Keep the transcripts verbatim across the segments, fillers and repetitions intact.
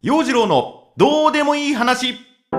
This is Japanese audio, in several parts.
陽次郎のどうでもいい話。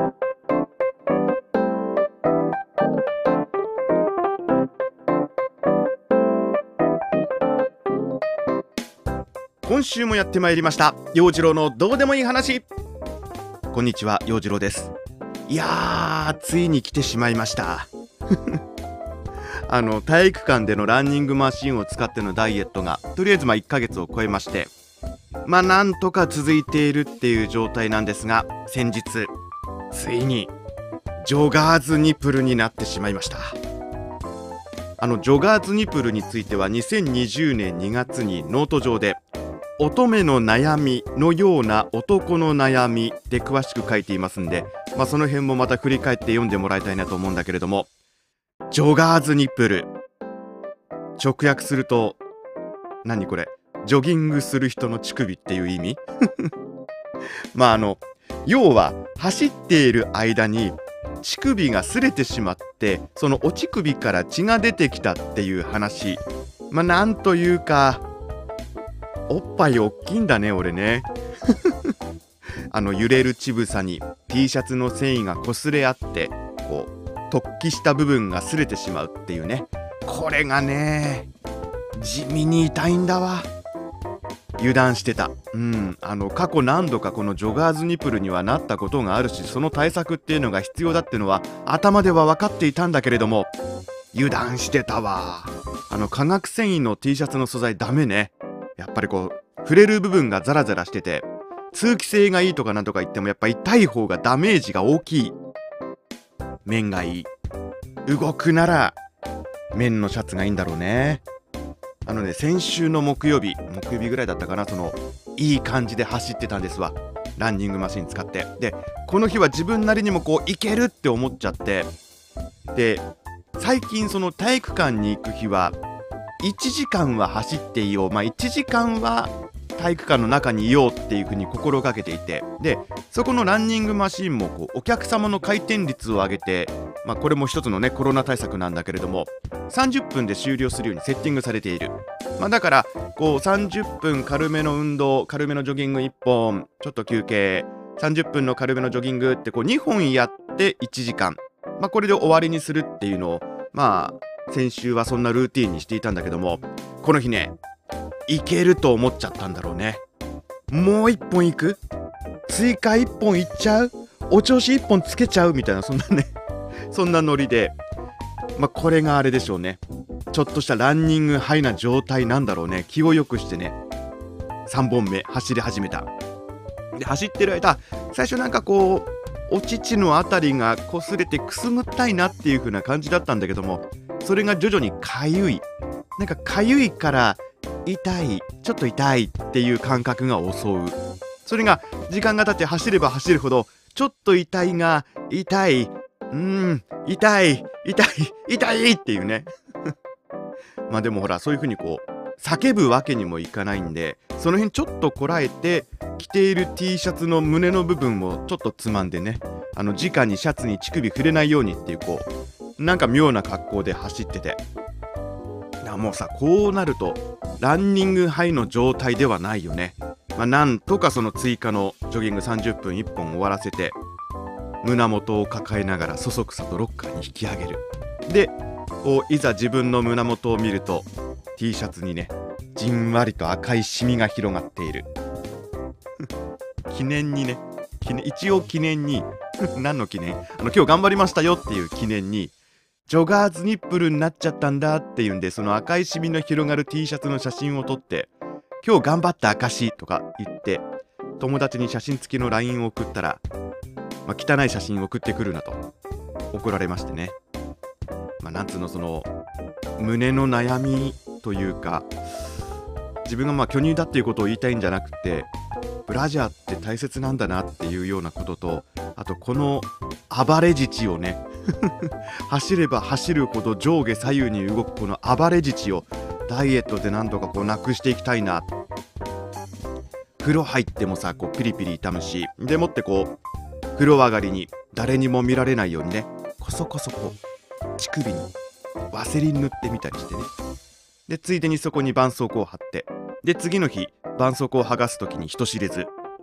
今週もやってまいりました陽次郎のどうでもいい話。こんにちは、陽次郎です。いやー、ついに来てしまいましたあの体育館でのランニングマシンを使ってのダイエットがとりあえずまあいっかげつを超えまして、まあなんとか続いているっていう状態なんですが、先日ついにジョガーズニプルになってしまいました。あのジョガーズニプルについてはにせんにじゅうねんにがつにノート上で乙女の悩みのような男の悩みで詳しく書いていますんで、まあ、その辺もまた振り返って読んでもらいたいなと思うんだけれども、ジョガーズニップル、直訳すると何これ、ジョギングする人の乳首っていう意味まああの要は走っている間に乳首が擦れてしまって、そのお乳首から血が出てきたっていう話。まあなんというか、おっぱいおっきいんだね俺ねあの揺れる乳房に T シャツの繊維が擦れ合って、こう突起した部分が擦れてしまうっていうね。これがね地味に痛いんだわ。油断してた。うんあの過去何度かこのジョガーズニプルにはなったことがあるし、その対策っていうのが必要だっていうのは頭では分かっていたんだけれども、油断してたわ。あの化学繊維の T シャツの素材ダメね。やっぱりこう触れる部分がザラザラしてて通気性がいいとかなんとか言っても、やっぱ痛い方がダメージが大きい。面がいい。動くなら面のシャツがいいんだろうね。あのね、先週の木曜日木曜日ぐらいだったかな、そのいい感じで走ってたんですわ、ランニングマシン使って。でこの日は自分なりにもこういけるって思っちゃって、で最近その体育館に行く日はいちじかんは走っていよう、まあいちじかんは体育館の中にいようっていう風に心がけていて、でそこのランニングマシンもこうお客様の回転率を上げて、まあこれも一つのねコロナ対策なんだけれども、さんじゅっぷんで終了するようにセッティングされている。まあだからこうさんじゅっぷん軽めの運動、軽めのジョギングいっぽん、ちょっと休憩、さんじゅっぷんの軽めのジョギングってこうにほんやっていちじかん、まあこれで終わりにするっていうのを、まあ先週はそんなルーティーンにしていたんだけども、この日ねいけると思っちゃったんだろうね。もういっぽんいく、追加いっぽんいっちゃう、お調子いっぽんつけちゃうみたいな、そんなねそんなノリで、まあこれがあれでしょうね、ちょっとしたランニングハイな状態なんだろうね。気をよくしてねさんぼんめ走り始めた。で走ってる間、最初なんかこうお乳のあたりが擦れてくすぐったいなっていう風な感じだったんだけども、それが徐々にかゆい、なんかかゆいから痛い、ちょっと痛いっていう感覚が襲う。それが時間が経って走れば走るほど、ちょっと痛いが痛い、うーん痛い痛い痛いっていうねまあでもほら、そういう風にこう叫ぶわけにもいかないんで、その辺ちょっとこらえて着ている T シャツの胸の部分をちょっとつまんでね、あの直にシャツに乳首触れないようにっていう、こうなんか妙な格好で走ってて、もうさこうなるとランニングハイの状態ではないよね。まあなんとかその追加のジョギングさんじゅっぷんいっぽん終わらせて、胸元を抱えながらそそくさとロッカーに引き上げる。でこういざ自分の胸元を見ると T シャツにねじんわりと赤いシミが広がっている記念にね、記念一応記念に何の記念、あの今日頑張りましたよっていう記念に、ジョガーズニップルになっちゃったんだっていうんで、その赤いシミの広がる T シャツの写真を撮って、今日頑張った証とか言って友達に写真付きの ライン を送ったら、まあ、汚い写真送ってくるなと怒られましてね。まあなんつうの、その胸の悩みというか、自分がまあ巨乳だっていうことを言いたいんじゃなくて、ブラジャーって大切なんだなっていうようなことと、あとこの暴れ乳をね走れば走るほど上下左右に動くこの暴れ乳をダイエットでなんとかこうなくしていきたいな。風呂入ってもさこうピリピリ痛むし、でもってこう風呂上がりに誰にも見られないようにね、こそこそこう乳首にワセリン塗ってみたりしてね、でついでにそこに絆創膏を貼って、で次の日絆創膏を剥がす時に人知れず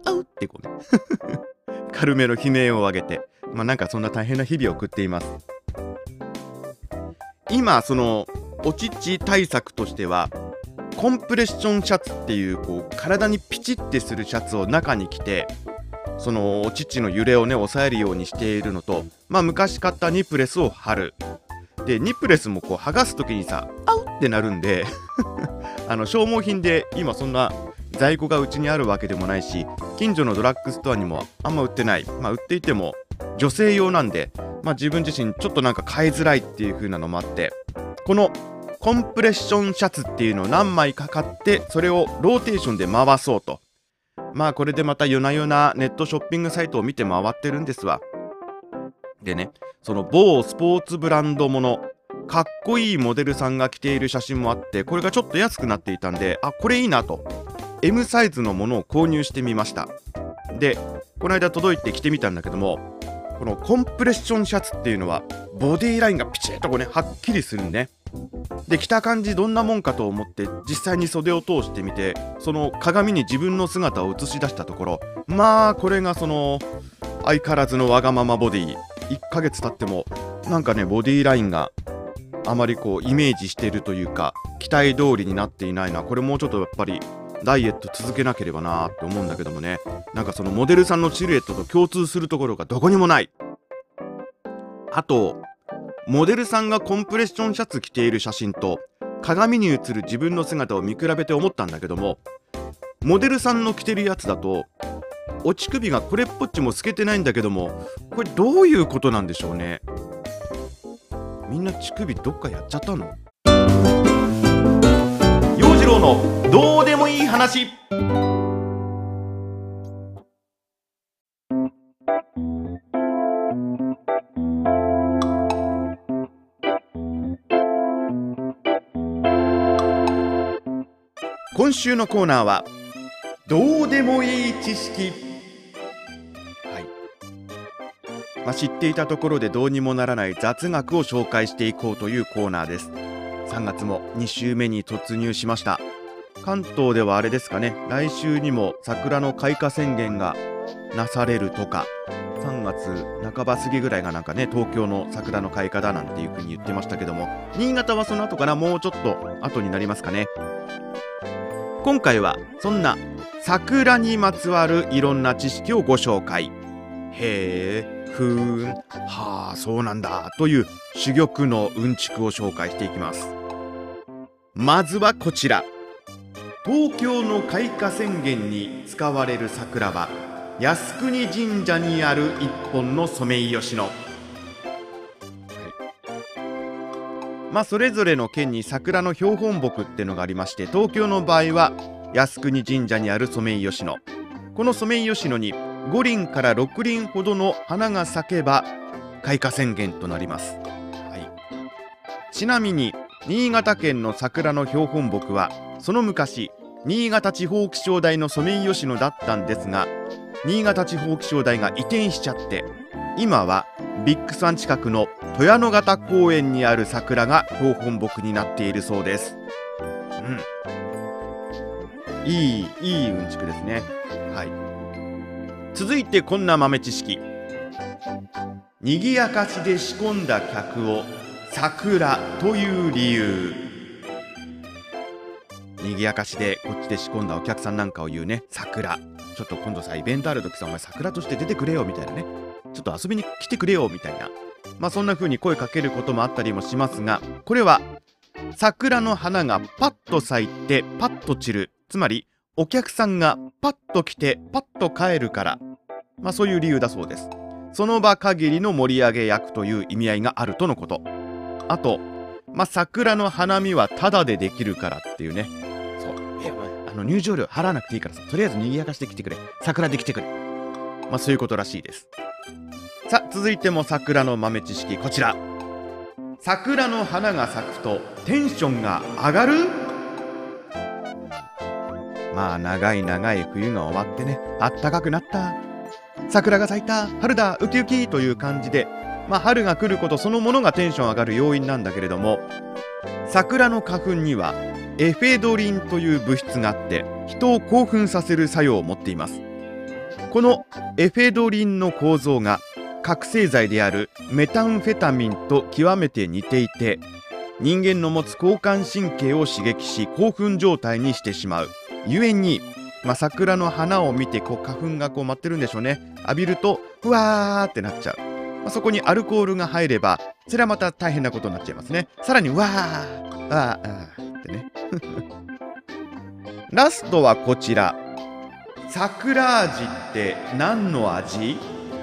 あうってこうね軽めの悲鳴を上げて、まあなんかそんな大変な日々を送っています。今そのお乳対策としてはコンプレッションシャツっていう、こう体にピチッてするシャツを中に着て、そのお乳の揺れをね抑えるようにしているのと、まあ昔買ったニップレスを貼る。でニップレスもこう剥がす時にさあうってなるんであの消耗品で今そんな在庫がうちにあるわけでもないし、近所のドラッグストアにもあんま売ってない、まあ売っていても女性用なんで、まあ自分自身ちょっとなんか買いづらいっていう風なのもあって、このコンプレッションシャツっていうのを何枚か買って、それをローテーションで回そうと。まあこれでまた夜な夜なネットショッピングサイトを見て回ってるんですわ。でね、その某スポーツブランドもの、かっこいいモデルさんが着ている写真もあって、これがちょっと安くなっていたんで、あ、これいいなと エム サイズのものを購入してみました。でこの間届いて着てみたんだけども、このコンプレッションシャツっていうのはボディラインがピチッとこうねはっきりするんね。で着た感じどんなもんかと思って実際に袖を通してみて、その鏡に自分の姿を映し出したところ、まあこれがその相変わらずのわがままボディ。いっかげつ経ってもなんかねボディラインがあまりこうイメージしているというか期待通りになっていないな。これもうちょっとやっぱりダイエット続けなければなーって思うんだけどもね、なんかそのモデルさんのシルエットと共通するところがどこにもない。あとモデルさんがコンプレッションシャツ着ている写真と鏡に映る自分の姿を見比べて思ったんだけども、モデルさんの着てるやつだとお乳首がこれっぽっちも透けてないんだけども、これどういうことなんでしょうね。みんな乳首どっかやっちゃったの？陽次郎のどうでもいい話。今週のコーナーはどうでもいい知識。はい、まあ、知っていたところでどうにもならない雑学を紹介していこうというコーナーです。さんがつもに週目に突入しました。関東ではあれですかね、来週にも桜の開花宣言がなされるとか、さんがつなかば過ぎぐらいがなんかね東京の桜の開花だなんていう風に言ってましたけども、新潟はその後かな、もうちょっと後になりますかね。今回はそんな桜にまつわるいろんな知識をご紹介。へーふーんはあそうなんだという珠玉のうんちくを紹介していきます。まずはこちら。東京の開花宣言に使われる桜は靖国神社にある一本のソメイヨシノ。はい、まあそれぞれの県に桜の標本木ってのがありまして、東京の場合は靖国神社にあるソメイヨシノ。このソメイヨシノにご輪からろく輪ほどの花が咲けば開花宣言となります。はい、ちなみに新潟県の桜の標本木はその昔新潟地方気象台のソメイヨシノだったんですが、新潟地方気象台が移転しちゃって今はビッグサン近くの鳥野潟公園にある桜が標本木になっているそうです。うん、いいいいうんちくですね。はい、続いてこんな豆知識。にぎやかしで仕込んだ客を桜という理由。にぎやかしでこっちで仕込んだお客さんなんかを言うね、桜。ちょっと今度さイベントある時さ、お前桜として出てくれよみたいなね、ちょっと遊びに来てくれよみたいな、まあそんな風に声かけることもあったりもしますが、これは桜の花がパッと咲いてパッと散る、つまりお客さんがパッと来てパッと帰るから、まあそういう理由だそうです。その場限りの盛り上げ役という意味合いがあるとのこと。あと、まあ桜の花見はタダでできるからっていうね。そう、いやあの入場料払わなくていいからさ、とりあえず賑やかしてきてくれ、桜で来てくれ、まあそういうことらしいです。さあ続いても桜の豆知識、こちら。桜の花が咲くとテンションが上がる。まあ長い長い冬が終わってね、あったかくなった、桜が咲いた、春だウキウキという感じで、まあ春が来ることそのものがテンション上がる要因なんだけれども、桜の花粉にはエフェドリンという物質があって人を興奮させる作用を持っています。 このエフェドリンの構造が覚醒剤であるメタンフェタミンと極めて似ていて、人間の持つ交感神経を刺激し興奮状態にしてしまうゆえに、まあ、桜の花を見てこう花粉がこう舞ってるんでしょうね。浴びるとうわーってなっちゃう。まあ、そこにアルコールが入ればそれはまた大変なことになっちゃいますね。さらにわーあーあーってねラストはこちら。桜味って何の味？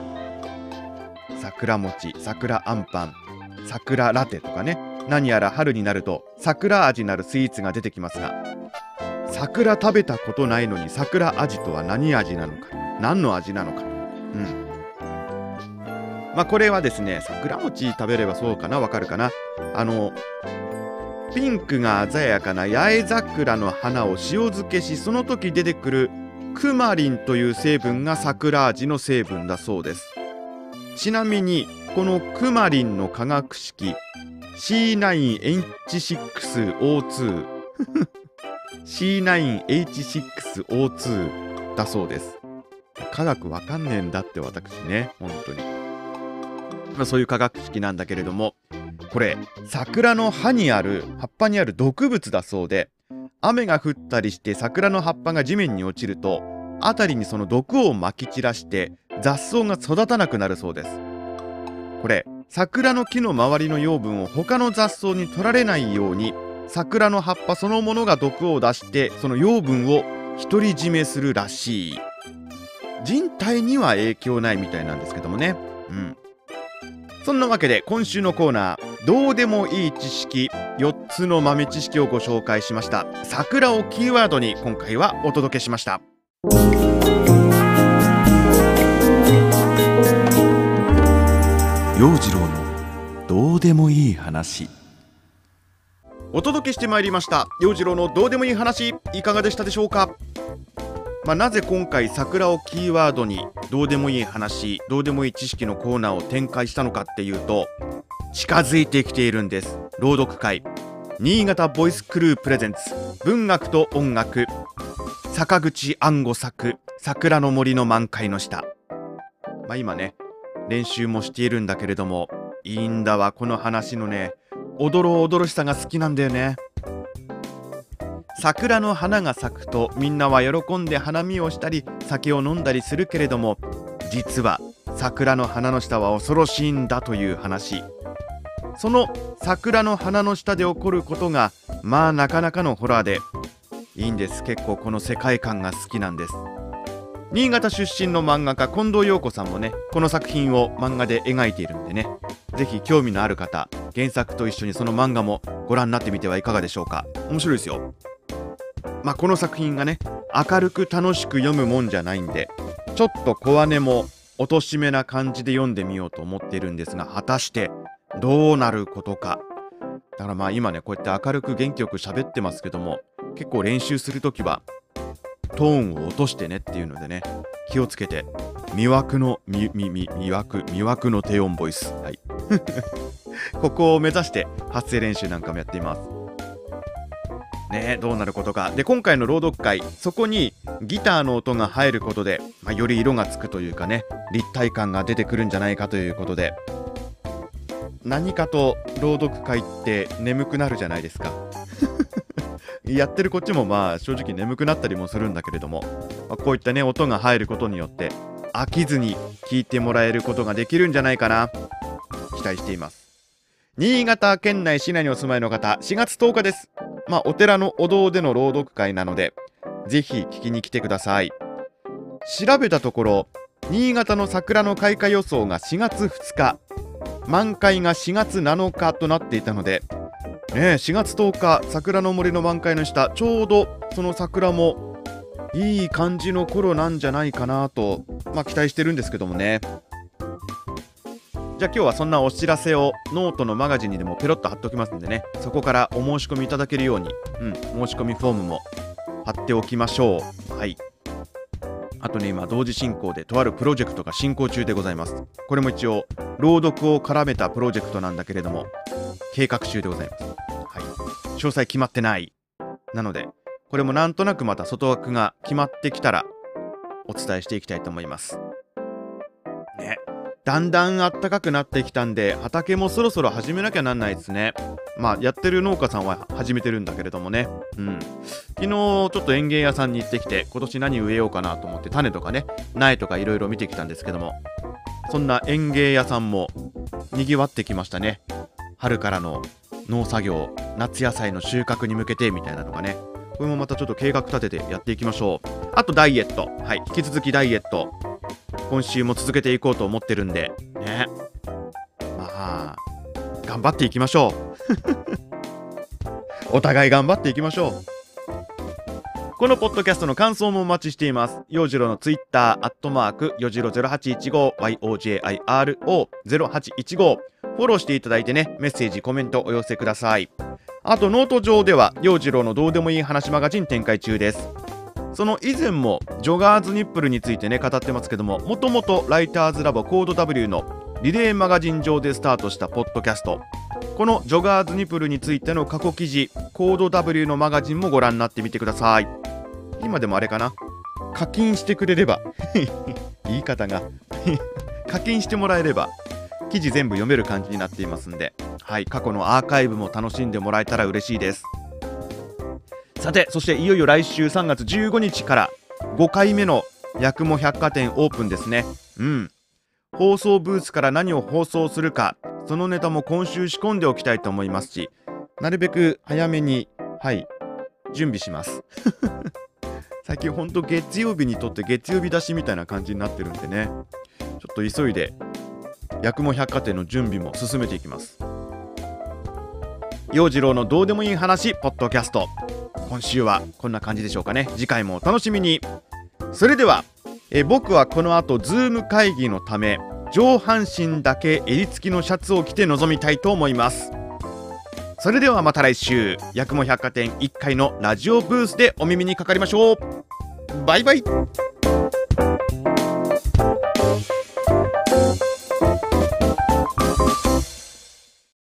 桜餅、桜あんパン、桜ラテとかね、何やら春になると桜味なるスイーツが出てきますが、桜食べたことないのに桜味とは何味なのか、何の味なのか。うんまあこれはですね、桜餅食べればそうかな、わかるかな。あのピンクが鮮やかな八重桜の花を塩漬けし、その時出てくるクマリンという成分が桜味の成分だそうです。ちなみにこのクマリンの化学式 シーナインエイチシックスオーツー シーナインエイチシックスオーツー だそうです。科学わかんねえんだって私ね、本当に。まあ、そういう化学式なんだけれども、これ桜の葉にある葉っぱにある毒物だそうで、雨が降ったりして桜の葉っぱが地面に落ちると辺りにその毒をまき散らして雑草が育たなくなるそうです。これ桜の木の周りの養分を他の雑草に取られないように、桜の葉っぱそのものが毒を出してその養分を独り占めするらしい。人体には影響ないみたいなんですけどもね。うんそんなわけで今週のコーナー、どうでもいい知識よっつの豆知識をご紹介しました。桜をキーワードに今回はお届けしました。陽次郎のどうでもいい話、お届けしてまいりました。陽次郎のどうでもいい話、いかがでしたでしょうか。まあ、なぜ今回桜をキーワードにどうでもいい話、どうでもいい知識のコーナーを展開したのかっていうと、近づいてきているんです。朗読会新潟ボイスクループレゼンツ文学と音楽、坂口安吾作桜の森の満開の下。まあ今ね練習もしているんだけれども、いいんだわこの話のねおどろおどろしさが好きなんだよね。桜の花が咲くとみんなは喜んで花見をしたり酒を飲んだりするけれども、実は桜の花の下は恐ろしいんだという話。その桜の花の下で起こることがまあなかなかのホラーでいいんです。結構この世界観が好きなんです。新潟出身の漫画家近藤陽子さんもねこの作品を漫画で描いているんでね、ぜひ興味のある方原作と一緒にその漫画もご覧になってみてはいかがでしょうか。面白いですよ。まあこの作品がね明るく楽しく読むもんじゃないんで、ちょっと小姉もおとしめな感じで読んでみようと思っているんですが、果たしてどうなることか。だからまあ今ねこうやって明るく元気よく喋ってますけども、結構練習するときはトーンを落としてねっていうのでね、気をつけて魅惑のみみみ魅惑魅惑の低音ボイス、はいここを目指して発声練習なんかもやっていますね。どうなることか。で今回の朗読会、そこにギターの音が入ることで、まあ、より色がつくというかね立体感が出てくるんじゃないかということで、何かと朗読会って眠くなるじゃないですかやってるこっちもまあ正直眠くなったりもするんだけれども、まあ、こういったね音が入ることによって飽きずに聞いてもらえることができるんじゃないかな、期待しています。新潟県内市内にお住まいの方、しがつとおかです。まあお寺のお堂での朗読会なのでぜひ聞きに来てください。調べたところ新潟の桜の開花予想がしがつふつか、満開がしがつなのかとなっていたので、ね、しがつとおか桜の森の満開の下、ちょうどその桜もいい感じの頃なんじゃないかなと、まあ、期待してるんですけどもね。じゃあ今日はそんなお知らせをノートのマガジンにでもペロッと貼っておきますんでね、そこからお申し込みいただけるように、うん、申し込みフォームも貼っておきましょう。はい。あとね今同時進行でとあるプロジェクトが進行中でございます。これも一応朗読を絡めたプロジェクトなんだけれども計画中でございます。はい。詳細決まってない。なのでこれもなんとなくまた外枠が決まってきたらお伝えしていきたいと思いますね。だんだん暖かくなってきたんで、畑もそろそろ始めなきゃなんないですね。まあやってる農家さんは始めてるんだけれどもね。うん昨日ちょっと園芸屋さんに行ってきて、今年何植えようかなと思って種とかね、苗とかいろいろ見てきたんですけども、そんな園芸屋さんもにぎわってきましたね。春からの農作業、夏野菜の収穫に向けてみたいなのがね、これもまたちょっと計画立ててやっていきましょう。あとダイエット、はい、引き続きダイエット今週も続けていこうと思ってるんでね。まあ頑張っていきましょうお互い頑張っていきましょう。このポッドキャストの感想もお待ちしています。陽次郎のツイッター、アットマーク、よじろゼロはちいちご、ヨジロゼロはちいちご、フォローしていただいてね、メッセージ、コメントお寄せください。あと、ノート上では、陽次郎のどうでもいい話マガジン展開中です。その以前も、ジョガーズニップルについてね、語ってますけども、もともとライターズラボコード ダブリュー のリレーマガジン上でスタートしたポッドキャスト。このジョガーズニップルについての過去記事、コード ダブリュー のマガジンもご覧になってみてください。今でもあれかな、課金してくれれば言い方が課金してもらえれば記事全部読める感じになっていますんで、はい、過去のアーカイブも楽しんでもらえたら嬉しいです。さて、そしていよいよ来週さんがつじゅうごにちからごかいめの八雲百貨店オープンですね。うん放送ブースから何を放送するか、そのネタも今週仕込んでおきたいと思いますし、なるべく早めにはい準備します最近ほんと月曜日にとって月曜日出しみたいな感じになってるんでね、ちょっと急いで八雲百貨店の準備も進めていきます。陽次郎のどうでもいい話ポッドキャスト、今週はこんな感じでしょうかね。次回もお楽しみに。それではえ僕はこの後ズーム会議のため上半身だけ襟付きのシャツを着て臨みたいと思います。それではまた来週、八雲百貨店いっかいのラジオブースでお耳にかかりましょう。バイバイ。